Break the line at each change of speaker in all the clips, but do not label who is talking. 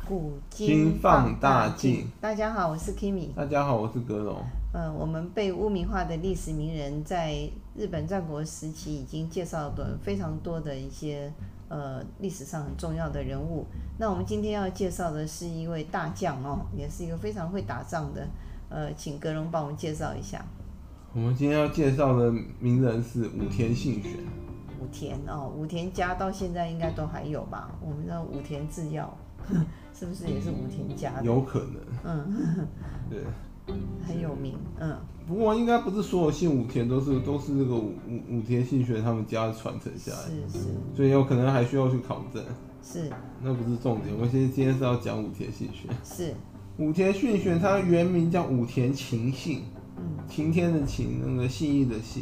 古
今放大镜。
大家好，我是 Kimi。
大家好，我是格龙。
我们被污名化的历史名人，在日本战国时期已经介绍了非常多的一些历史上很重要的人物。那我们今天要介绍的是一位大将哦，也是一个非常会打仗的。请格龙帮我们介绍一下。
我们今天要介绍的名人是武田信玄。
武田哦，武田家到现在应该都还有吧？我们的武田制药是不是也是武田家的？
有可能。对，
很有名。
不过应该不是所有姓武田都是那个武田信玄他们家传承下来，
是，
所以有可能还需要去考证。
是，
那不是重点。我们今天是要讲武田信玄。
是
武田信玄，他原名叫武田晴信，晴天的晴，那个信义的信。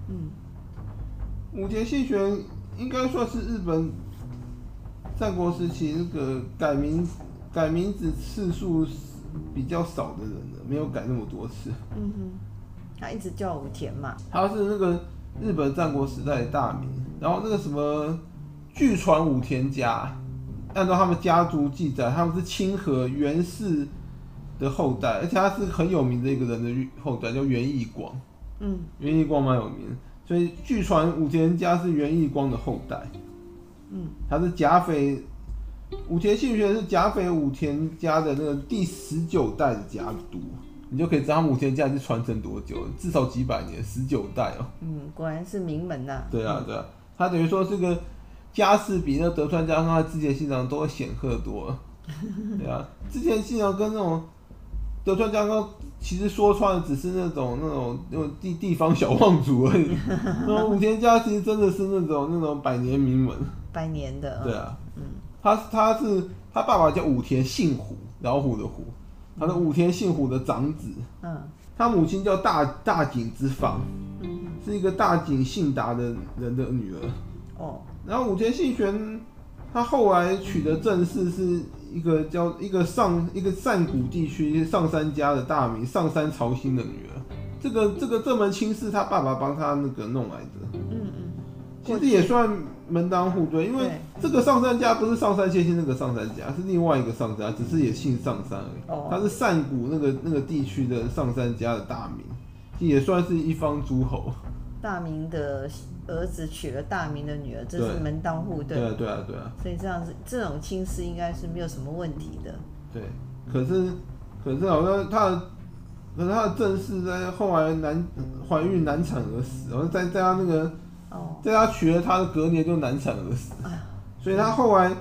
武田信玄应该算是日本战国时期那个改名字次数比较少的人了，没有改那么多次。
他一直叫武田嘛。
他是那个日本战国时代的大名，然后那个什么据传武田家，按照他们家族记载，他们是清河源氏的后代，而且他是很有名的一个人的后代，叫源义光。源义光蛮有名的，所以据传武田家是源义光的后代。他是甲斐武田信玄是甲斐武田家的那个第19代的家督，你就可以知道他们武田家是传承多久，至少几百年，19代哦。
果然是名门呐。
对啊，他等于说这个家世比那德川家康、织田信长都会显赫多了。对啊，织田信长跟那种德川家康其实说穿了只是那种地方小望族而已。然后武田家其实真的是那种百年名门。
百年的。
对啊。他爸爸叫武田信虎，老虎的虎，他是武田信虎的长子。他母亲叫大井之方，是一个大井信达的人的女儿。然后武田信玄他后来取的正室是一个上古地区上杉家的大名上杉朝兴的女儿。这门亲事他爸爸帮他那个弄来的。其实也算门当户对，因为这个上杉家不是上杉谦信那个上杉家，是另外一个上杉，只是也姓上杉而已。他是上古那个地区的上杉家的大名，也算是一方诸侯。
大名的儿子娶了大名的女儿，这是门当户对。
对啊。
所以这种亲事应该是没有什么问题的。
对，可是好像他的正室在后来怀孕难产而死，然后在他那个。在他娶了她的隔年就难产而死，所以他后来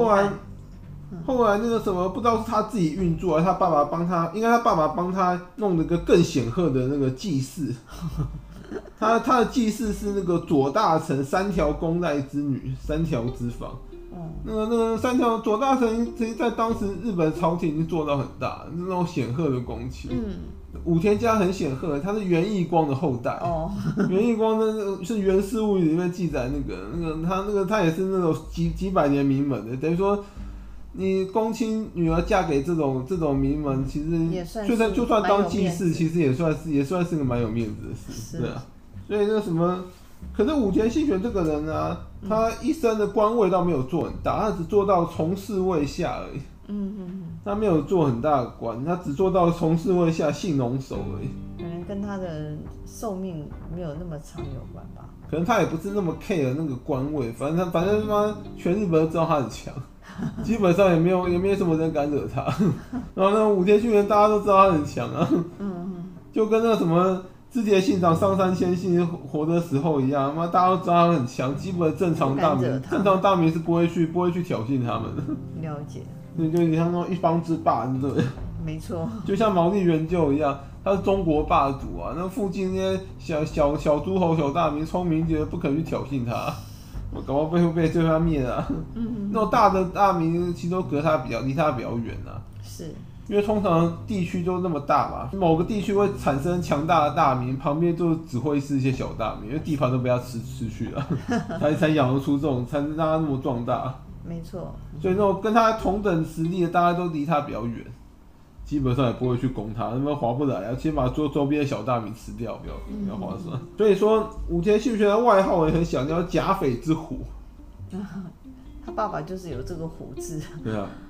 那个什么不知道是他自己运作，还是他爸爸帮他，应该他爸爸帮他弄了一个更显赫的那个祭祀。他的祭祀是那个左大臣三条宫赖之女三条之房。那个三条左大臣其实在当时日本朝廷已经做到很大，是那种显赫的宫崎。武田家很显赫，他是源义光的后代。源义光是《源氏物语》里面记载他也是那种几百年名门的，等于说你公卿女儿嫁给这种名门，其实就算当祭祀，其实也算是个蛮有面子的事。对啊，所以那个什么，可是武田信玄这个人啊，他一生的官位倒没有做很大，他只做到从事位下而已。他没有做很大的官，他只做到从事位下姓农守而已。
可能跟他的寿命没有那么长有关吧。
可能他也不是那么 care 那个官位，反正他妈全日本都知道他很强，基本上也没有什么人敢惹他。然后那武田信玄大家都知道他很强啊。就跟那什么织田信长上杉谦信活的时候一样，大家都知道他很强，基本正常大名是不会去挑衅他们的。
了解。
就你像那种一方之霸，对不对？
没错。就
像毛利元就一样，他是中国霸主啊。那附近那些小诸侯、小大名，聪明一点不肯去挑衅他，我搞不好会被对方灭啊。那种大的大名其实都离他比较远啊。
是。
因为通常地区都那么大嘛，某个地区会产生强大的大名，旁边就只会是一些小大名，因为地盘都被他吃去了，才养得出这种，才能让他那么壮大。没错，所以那种跟他同等实力的，大家都离他比较远，基本上也不会去攻他，那么划不来啊，先把周边的小大名吃掉，比较划算。所以说，武田信玄的外号也很响，叫甲斐之虎。
他爸爸就是有这个虎字。
对啊，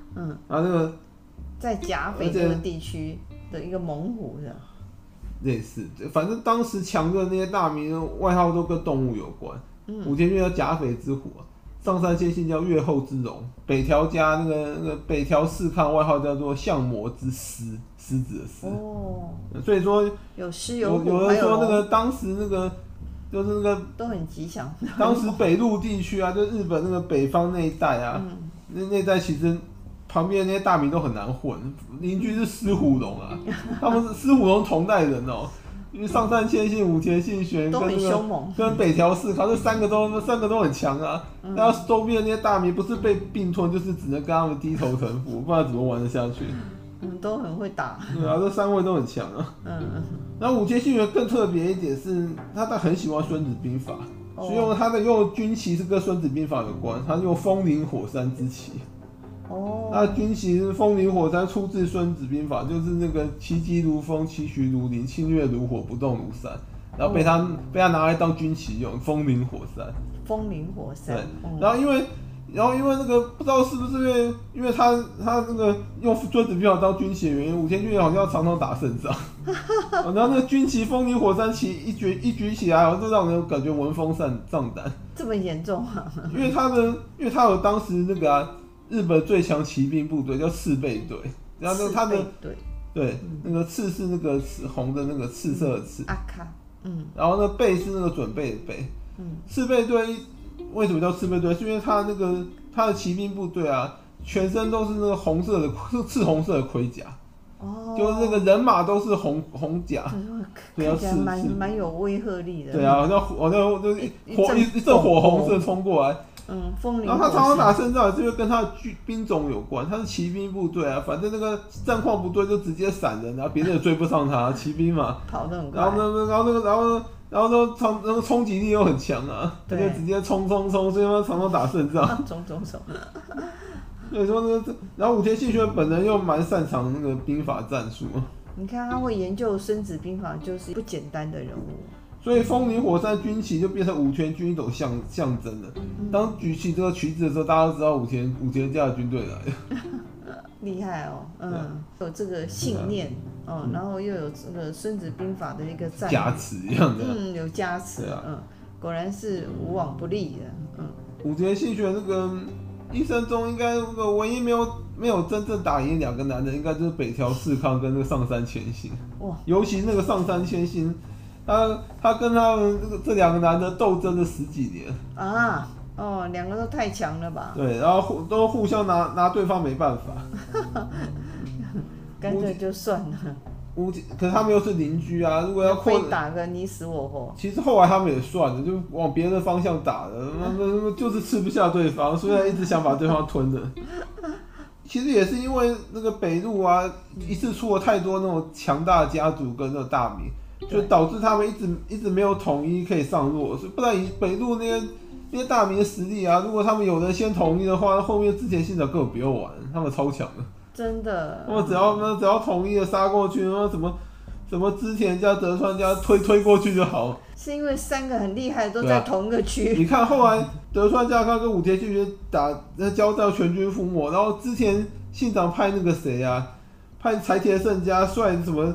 啊，那个
在甲斐这个地区的一个猛虎是吧？
类似，反正当时强的那些大名外号都跟动物有关。武田军叫甲斐之虎啊，上杉谦信叫越后之龙，北条家那个北条氏康外号叫做相魔之狮，狮子的狮。哦，所以说
有狮有虎，
有人说那个当时那个就是那个
都很吉祥。
当时北陆地区啊，就日本那个北方那一带啊，那一带其实旁边那些大名都很难混，邻居是狮虎龙啊，他们是狮虎龙同代人哦。因为上杉谦信、武田信玄
都很凶猛，
跟北条氏康这三个都很强啊。然后周边那些大名不是被并吞，就是只能跟他们低头臣服，不然怎么玩得下去？
都很会打。
对啊，这三位都很强啊。然后武田信玄更特别一点是，他很喜欢《孙子兵法》，所以他的用军旗是跟《孙子兵法》有关，他用风林火山之旗。那军旗是风林火山，出自《孙子兵法》，就是那个其疾如风，其徐如林，侵略如火，不动如山。然后被他拿来当军旗用，风林火山。
风林火山。对。
然后因为那个不知道是不是因为他那个用《孙子兵法》当军旗的原因，武田军好像常常打胜仗。然后那个军旗风林火山旗一举起来，好像就让人感觉闻风丧胆。
这么严重啊？
因为他有当时那个日本最强骑兵部队叫赤备队，然后他的对那个赤是那个红的那个赤色的赤，
阿卡，
然后呢备是那个准备的备，赤备队为什么叫赤备队？是因为他的骑兵部队啊，全身都是那个红色的赤红色的盔甲，就是那个人马都是红甲，
看起来蛮有威慑力的。
对啊，好像就是一阵火红色冲过来。然后他常常打胜仗，是因为跟他的兵种有关。他是骑兵部队啊，反正那个战况不对就直接闪人，然后别人也追不上他，骑兵嘛，
跑得很快。
然后那个冲击力又很强啊，就直接冲，所以他常常打胜仗。
冲。
所以说呢，然后武田信玄本人又蛮擅长那个兵法战术。
你看他会研究《孙子兵法》，就是不简单的人物。
所以风林火山军旗就变成武田军一种象征了。当举起这个旗帜的时候，大家都知道武田家的军队来了。
厉害哦，有这个信念然后又有这个《孙子兵法》的一个
加持一样的，
有加持，果然是无往不利的，
武田信玄这个一生中应该唯一没有真正打赢两个男人，应该就是北条氏康跟那个上杉谦信。哇，尤其那个上杉谦信。他跟他们这两个男的斗争了10几年
啊！两个都太强了吧？
对，然后都互相拿对方没办法，
干脆就算了。
可是他们又是邻居啊，如果要
非打个你死我活。
其实后来他们也算了，就往别的方向打了，就是吃不下对方，所以一直想把对方吞了。其实也是因为那个北陆啊，一次出了太多那种强大的家族跟那种大名。就导致他们一直没有统一可以上路，不然以北陆那些大名的实力啊，如果他们有人先统一的话，后面织田信长根本不用玩，他们超强的。
真的。
他们只要统一的杀过去，然后什么织田家、德川家推过去就好。
是因为三个很厉害都在同一个区。
你看后来德川家康跟武田信玄交战全军覆没，然后织田信长派那个谁啊，派柴田胜家率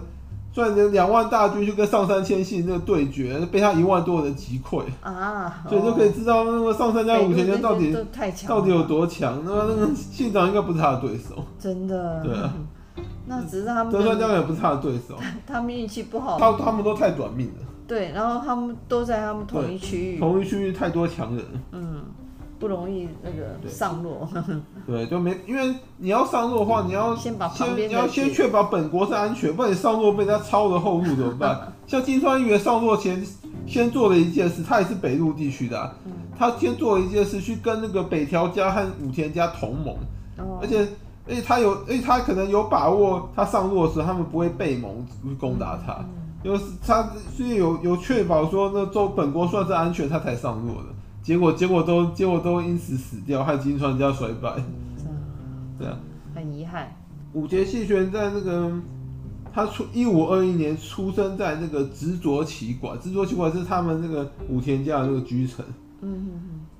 2万大军去跟上杉谦信那个对决，被他1万多人击溃啊！所以就可以知道那个上杉家武田家到底有多强。那个信长应该不是他的对手，
真的。
对啊，
那只是他们
德川家也不是他的对手，
他们运气不好。
他们都太短命了。
对，然后他们都在他们同一区域，
太多强人。
不容易那个上落。
对，就因为你要上落的话，你要先确保本国是安全，不然你上落被人家抄了后路怎么办？像金川议员上落前先做了一件事，他也是北陆地区的他先做了一件事，去跟那个北条家和武田家同盟，而且他可能有把握，他上落的时候他们不会背盟去攻打他，他是有确保说那本国算是安全，他才上落的。结果都因此死掉，害金川家衰败。对啊，
很遗憾。
武田信玄在那个他1521年出生在那个直佐旗馆，直佐旗馆是他们那个武田家的那个居城。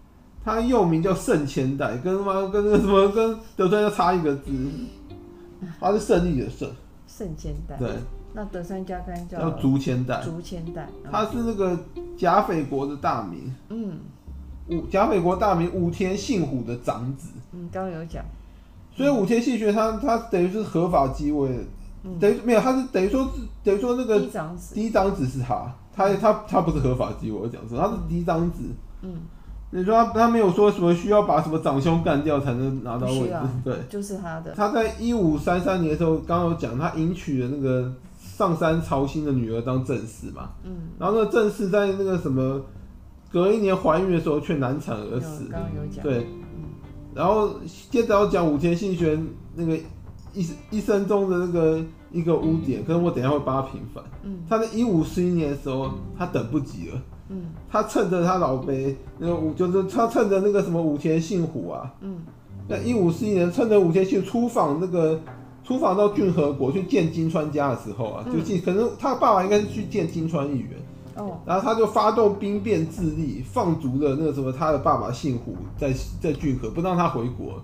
他又名叫胜千代，跟那个什么跟德川家差一个字，他是胜利的胜。
胜千代。
对。
那德川家康
叫竹千代。
竹千代。
他是那个甲斐国的大名。甲斐国大名武田信虎的长子。
刚刚有讲。
所以武田信玄他等于是合法继位的。等于没有，他是等于说那个嫡长子是他不是合法继位，我讲错，他是嫡长子。你说他没有说什么需要把什么长兄干掉才能拿到位置，对，
就是他的。
他在1533年的时候，刚刚有讲他迎娶了那个上杉朝兴的女儿当正室嘛，然后那个正室在那个什么隔一年怀孕的时候却难产而死，
刚刚有讲，
对，然后接着要讲武田信玄那个。一生中的那个一个污点，可是我等一下会帮他平反。他在1541年的时候，他等不及了。他趁着他老辈就是他趁着那个什么武田信虎啊，在1541年趁着武田信出访到骏河国去见金川家的时候啊，可能他爸爸应该是去见金川议员。然后他就发动兵变自立，放逐了那个什么他的爸爸信虎在骏河，不让他回国。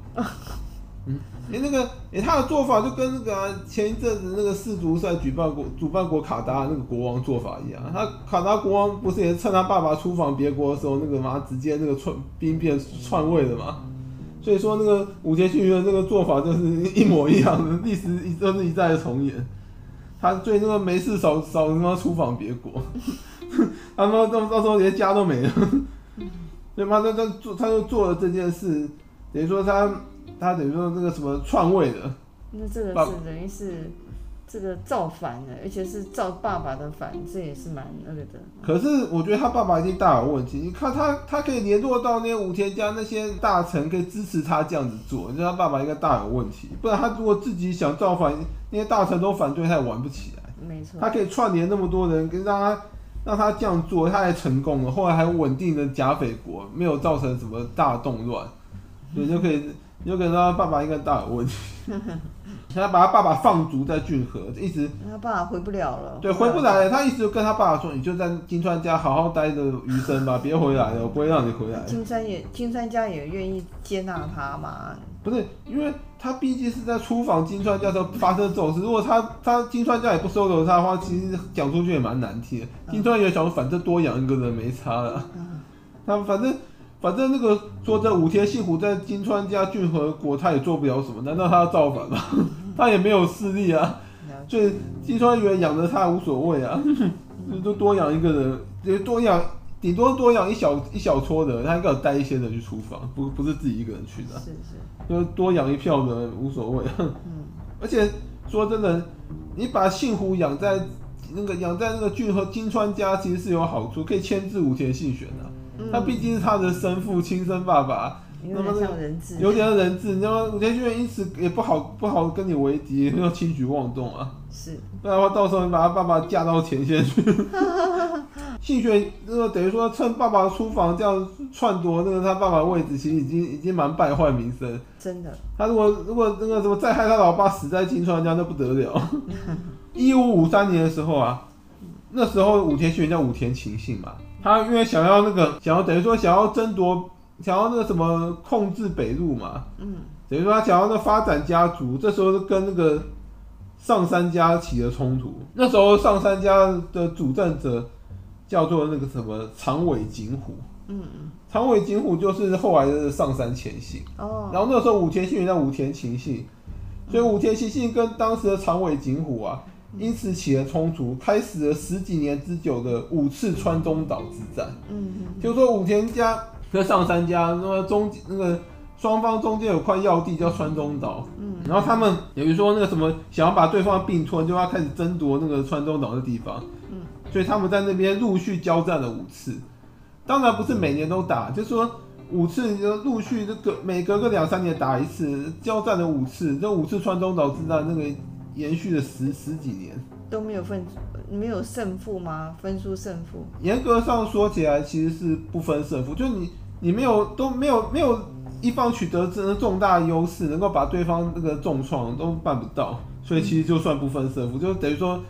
他的做法就跟那个前一阵子那个世足赛主办国卡达那个国王做法一样，他卡达国王不是也趁他爸爸出访别国的时候，那个直接那个兵变篡位了嘛？所以说那个武田信玄的那个做法就是一模一样的，历史都是一再的重演。他最那个没事少他妈出访别国，他们到时候连家都没了，所以他就做了这件事，等于说他等于说那个什么篡位的，
那这个是等于是这个造反的，而且是造爸爸的反，这也是蛮那个的。
可是我觉得他爸爸一定大有问题。你看他可以联络到那些武田家那些大臣，可以支持他这样子做，我觉得他爸爸应该大有问题。不然他如果自己想造反，那些大臣都反对，他也玩不起来。
没错。他
可以串联那么多人，让他这样做，他还成功了，后来还稳定了甲斐国，没有造成什么大动乱，所以就可以让他爸爸应该大有问题。他把他爸爸放逐在骏河，一直
他爸爸回不了了。对，
回不来了。他一直跟他爸爸说：“你就在金川家好好待着余生吧，别回来了，我不会让你回来。”
金川家也愿意接纳他嘛？
不是，因为他毕竟是在出访金川家的时候发生这种事。如果他金川家也不收留他的话，其实讲出去也蛮难听的。金川也想说，反正多养一个人没差了。他反正那个说这武田信虎在金川家骏河国，他也做不了什么，难道他要造反吗？他也没有势力啊，所以金川员养着他无所谓啊，就多养一个人，顶多多养一小撮的，他应该有带一些人去出访，不是自己一个人去的，就多养一票人无所谓。而且说真的，你把信虎养在那个骏河金川家，其实是有好处，可以牵制武田信玄啊。他毕竟是他的生父亲生爸爸，
有点像人质，
有点人质。你知道吗？武田信玄因此也不好跟你为敌，要轻举妄动啊。
是，
不然的话，到时候你把他爸爸架到前线去。信玄那个等于说趁爸爸出访这样篡夺那个他爸爸的位置，其实已经蛮败坏名声。
真的。他
如果那个什么再害他老爸死在金川家，那不得了。1553年的时候啊，那时候武田信玄叫武田晴信嘛。他因为想要等于说想要争夺，想要那个什么控制北路嘛，等于说他想要那发展家族，这时候就跟那个上杉家起了冲突。那时候上杉家的主政者叫做那个什么长尾景虎，长尾景虎就是后来的上杉谦信。然后那时候武田信玄叫武田晴信，所以武田晴信跟当时的长尾景虎啊。因此起了冲突，开始了10几年之久的5次川中岛之战。就是说武田家跟上杉家那个双方中间有块要地叫川中岛，然后他们等于说那个什么想要把对方并吞，就要开始争夺那个川中岛的地方。所以他们在那边陆续交战了5次，当然不是每年都打，就是说5次就陆续每隔个2-3年打一次，交战了5次，这5次川中岛之战那个。延续了十几年
都没有胜负吗？分输胜负？
严格上说起来，其实是不分胜负，就你没有一方取得真的重大优势，能够把对方那个重创都办不到，所以其实就算不分胜负，就等于说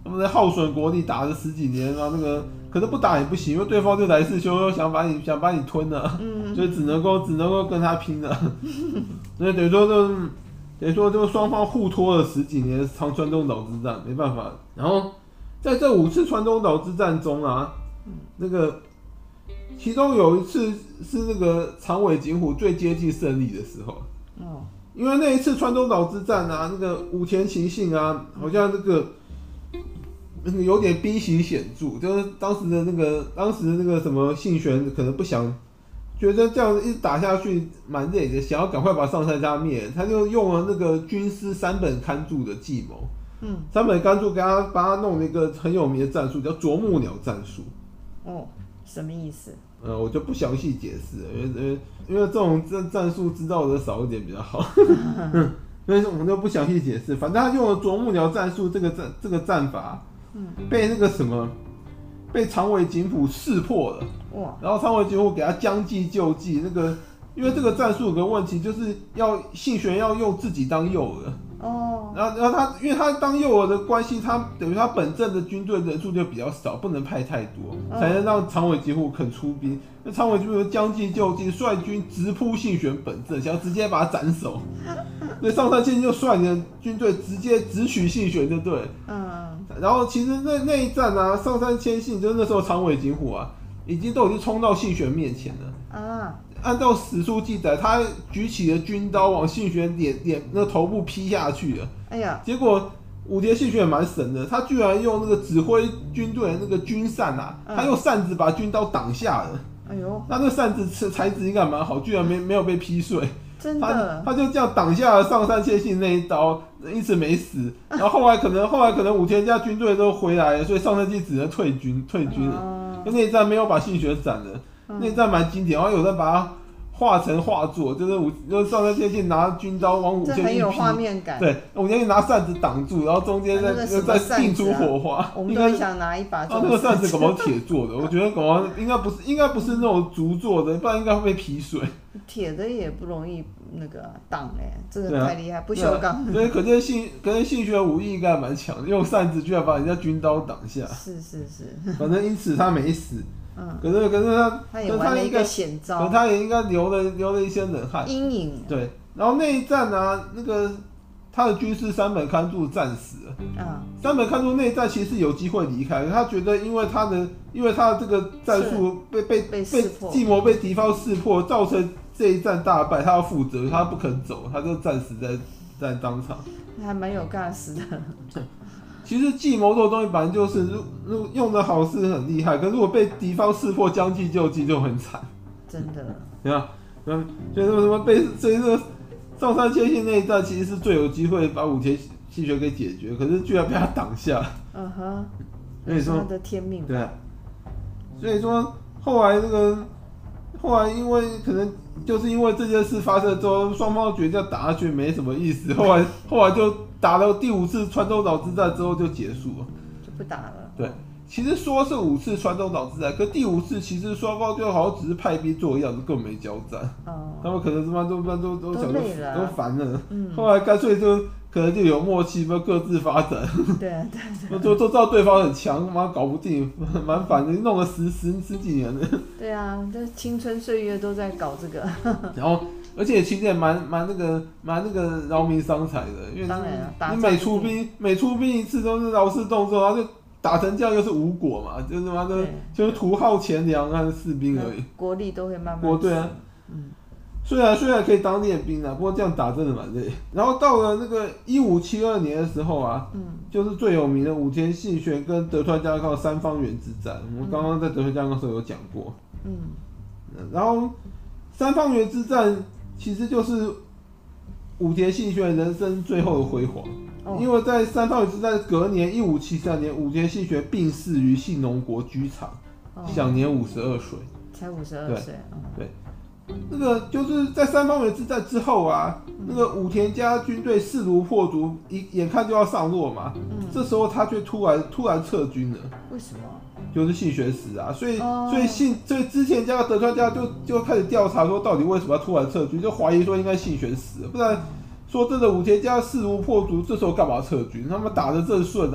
他们在耗损国力打了10几年，然后那个可是不打也不行，因为对方就来势汹汹，想把你吞了，所以只能够跟他拼了。所以等于说就双方互拖了10几年长川东岛之战，没办法。然后在这5次川东岛之战中啊，那个其中有一次是那个长尾景虎最接近胜利的时候。因为那一次川东岛之战啊，那个武田信信啊，好像那个有点兵行险著，就是当时的那个什么信玄可能不想，觉得这样一直打下去蛮累的，想要赶快把上杉家灭，他就用了那个军师山本勘助的计谋。山本勘助帮他弄了一个很有名的战术，叫啄木鸟战术。
什么意思？
我就不详细解释了，因为这种战术知道的少一点比较好。所以我们就不详细解释。反正他用了啄木鸟战术这个战法，被那个什么，被长尾景虎识破了。然后长尾景虎给他将计就计，那个因为这个战术有个问题，就是信玄要用自己当诱饵。然后他因为他当诱饵的关系，他等于他本阵的军队人数就比较少，不能派太多，才能让长尾景虎肯出兵。那长尾景虎将计就计，率军直扑信玄本阵，想要直接把他斩首。所以上杉谦信就率领的军队直接直取信玄，就对。然后其实那一战啊，上杉谦信就是那时候长尾景虎啊，都已经冲到信玄面前了。按照史书记载，他举起了军刀往信玄脸那头部劈下去了。结果武田信玄也蛮神的，他居然用那个指挥军队的那个军扇啊，他用扇子把军刀挡下了。那个扇子材质应该蛮好，居然没有被劈碎。
真的，
他就这样挡下了上杉谦信那一刀，因此没死。然后后来可能武田家军队都回来了，所以上杉谦信只能退军了。那一战没有把信玄斩了。那一战蛮经典，然后有人把它画成画作，就是上杉谦信拿军刀往武田信，
很有画面感。
对，武田信拿扇子挡住，然后中间再迸出火花。
我们都想拿一把。
那个扇子搞不好铁做的，我觉得搞不好应该不是那种竹做的，不然应该会被劈碎。
铁的也不容易那个挡这个太厉害，不锈钢。
所以可见信玄武艺应该蛮强的，用扇子居然把人家军刀挡下。
是。
反正因此他没死。可是
他也玩了一个险招，
可他也应该留了一些冷汗
阴影。
对，然后那一战啊，那个他的军师山本勘助战死了。山本勘助那一战其实有机会离开，他觉得因为他的这个战术被计谋被敌方识破，造成这一战大败，他要负责，他不肯走，他就战死在当场。
还蛮有 gas 的。
其实计谋这种东西本来就是，如果用的好是很厉害，可是如果被敌方识破，将计就计就很惨。
真的。
对吧？所以所以说上杉谦信那一战其实是最有机会把武田信玄给解决，可是居然被他挡下。所以说
他的天命。
对。所以说后来因为可能就是因为这件事发生之后，双方觉得打下去没什么意思，后来就打了第5次川东岛之战之后就结束了，
就不打了。
对，其实说是5次川东岛之战，可第5次其实双方就好像只是派兵做样子，根本没交战。他们可能他妈都想都烦了，后来干脆就可能就有默契，各自发展。
对，
都知道对方很强，妈搞不定，蛮烦的，弄了十几年了。
对啊，这青春岁月都在搞这个。
然后，而且其实也蛮那个劳民伤财的，因为你每出兵一次都是劳师动众，然后就打成这样又是无果嘛，就是妈的就是图耗钱粮和士兵而已。
国力都会慢慢。
对啊。虽然可以当练兵啊，不过这样打真的蛮累。然后到了那个1572年的时候啊，就是最有名的武田信玄跟德川家康三方原之战，我们刚刚在德川家康的时候有讲过。然后三方原之战其实就是武田信玄人生最后的辉煌，因为在三方原之战隔年1573年，武田信玄病逝于信浓国居场，享年52岁。
才52岁。
对。那个就是在三方原之战之后啊，那个武田家军队势如破竹，眼看就要上洛嘛。这时候他却突然撤军了。
为什么？
就是信玄死啊，所以之前家德川家就开始调查说到底为什么要突然撤军，就怀疑说应该信玄死了，不然说真的武田家势如破竹，这时候干嘛撤军？他们打得正顺啊，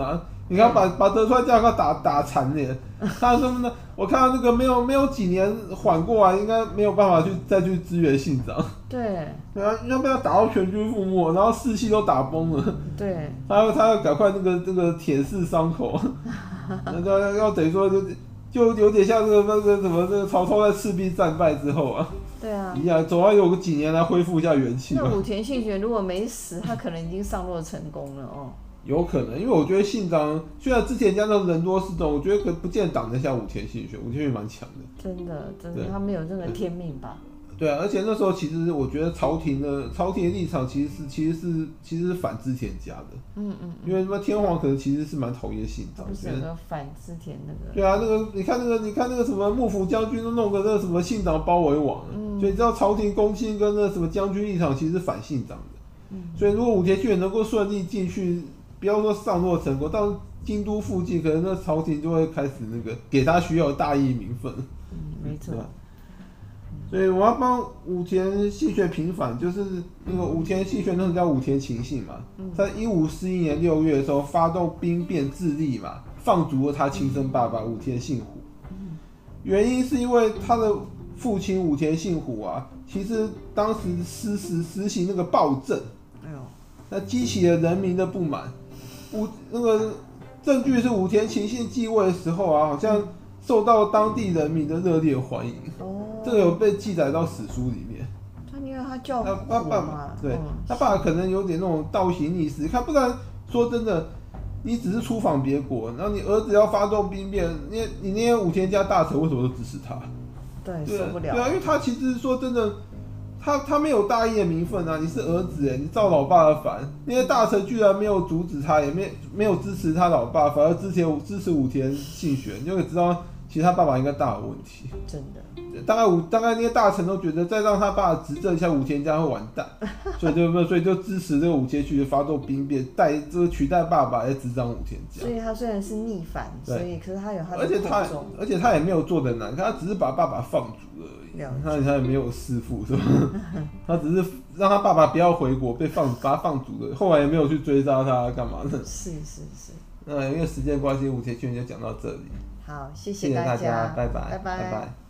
你看把德川家康打残了，他说呢，我看到那个没有几年缓过来，应该没有办法再去支援信长。
对
啊，要被他打到全军覆没，然后士气都打崩了。
对，
他要赶快那个舔舐伤口，要等于说就有点像那个什么，那个曹操在赤壁战败之后啊，
对啊，
一样，总要有个几年来恢复一下元气吧。
那武田信玄如果没死，他可能已经上洛成功了哦。
有可能，因为我觉得信长虽然之前家那人多势众，我觉得不见得挡得下武田信玄，武田信玄蛮强的。
真的，他没有这个天命吧？
对啊，而且那时候其实我觉得朝廷的立场其实是反织田家的。因为他妈天皇可能其实是蛮讨厌信长。
不是有个反织田那个？
对啊，你看那个什么幕府将军都弄个那个什么信长包围网，所以你知道朝廷公卿跟那什么将军立场其实是反信长的。所以如果武田信玄能够顺利进去，不要说上洛成功，到京都附近，可能那朝廷就会开始那个给他需要的大义名分。
没错。
所以我要帮武田信玄平反，就是那个武田信玄那时候叫武田晴信嘛，在1541年6月的时候发动兵变自立嘛，放逐了他亲生爸爸武田信虎。原因是因为他的父亲武田信虎啊，其实当时实行那个暴政，那激起了人民的不满。那个证据是武田晴信继位的时候啊，好像受到当地人民的热烈欢迎。这个有被记载到史书里面。
因为他叫
他爸嘛，对，他爸可能有点那种倒行逆施。看，不然说真的，你只是出访别国，然后你儿子要发动兵变，你那些武田家大臣为什么都支持他？
对，受不了。
对啊，因为他其实说真的，他没有大义的名分啊，你是儿子你造老爸的反，那些大臣居然没有阻止他，也没有支持他老爸，反而支持武田信玄，你就可以知道其实他爸爸应该大有问题。
真的。
大概那些大臣都觉得再让他爸执政一下，武田家会完蛋，所以就支持这个武田信玄发动兵变，取代爸爸来执掌武田家。
所以他虽然是逆反，可是他有他的
而且他也没有做得难，他只是把爸爸放逐了而已。他也没有弑父，是吧？他只是让他爸爸不要回国，把他放逐了，后来也没有去追杀他干嘛的。
是。
那因为时间关系，武田信玄就讲到这里。
好，谢
谢
大
家，拜
拜。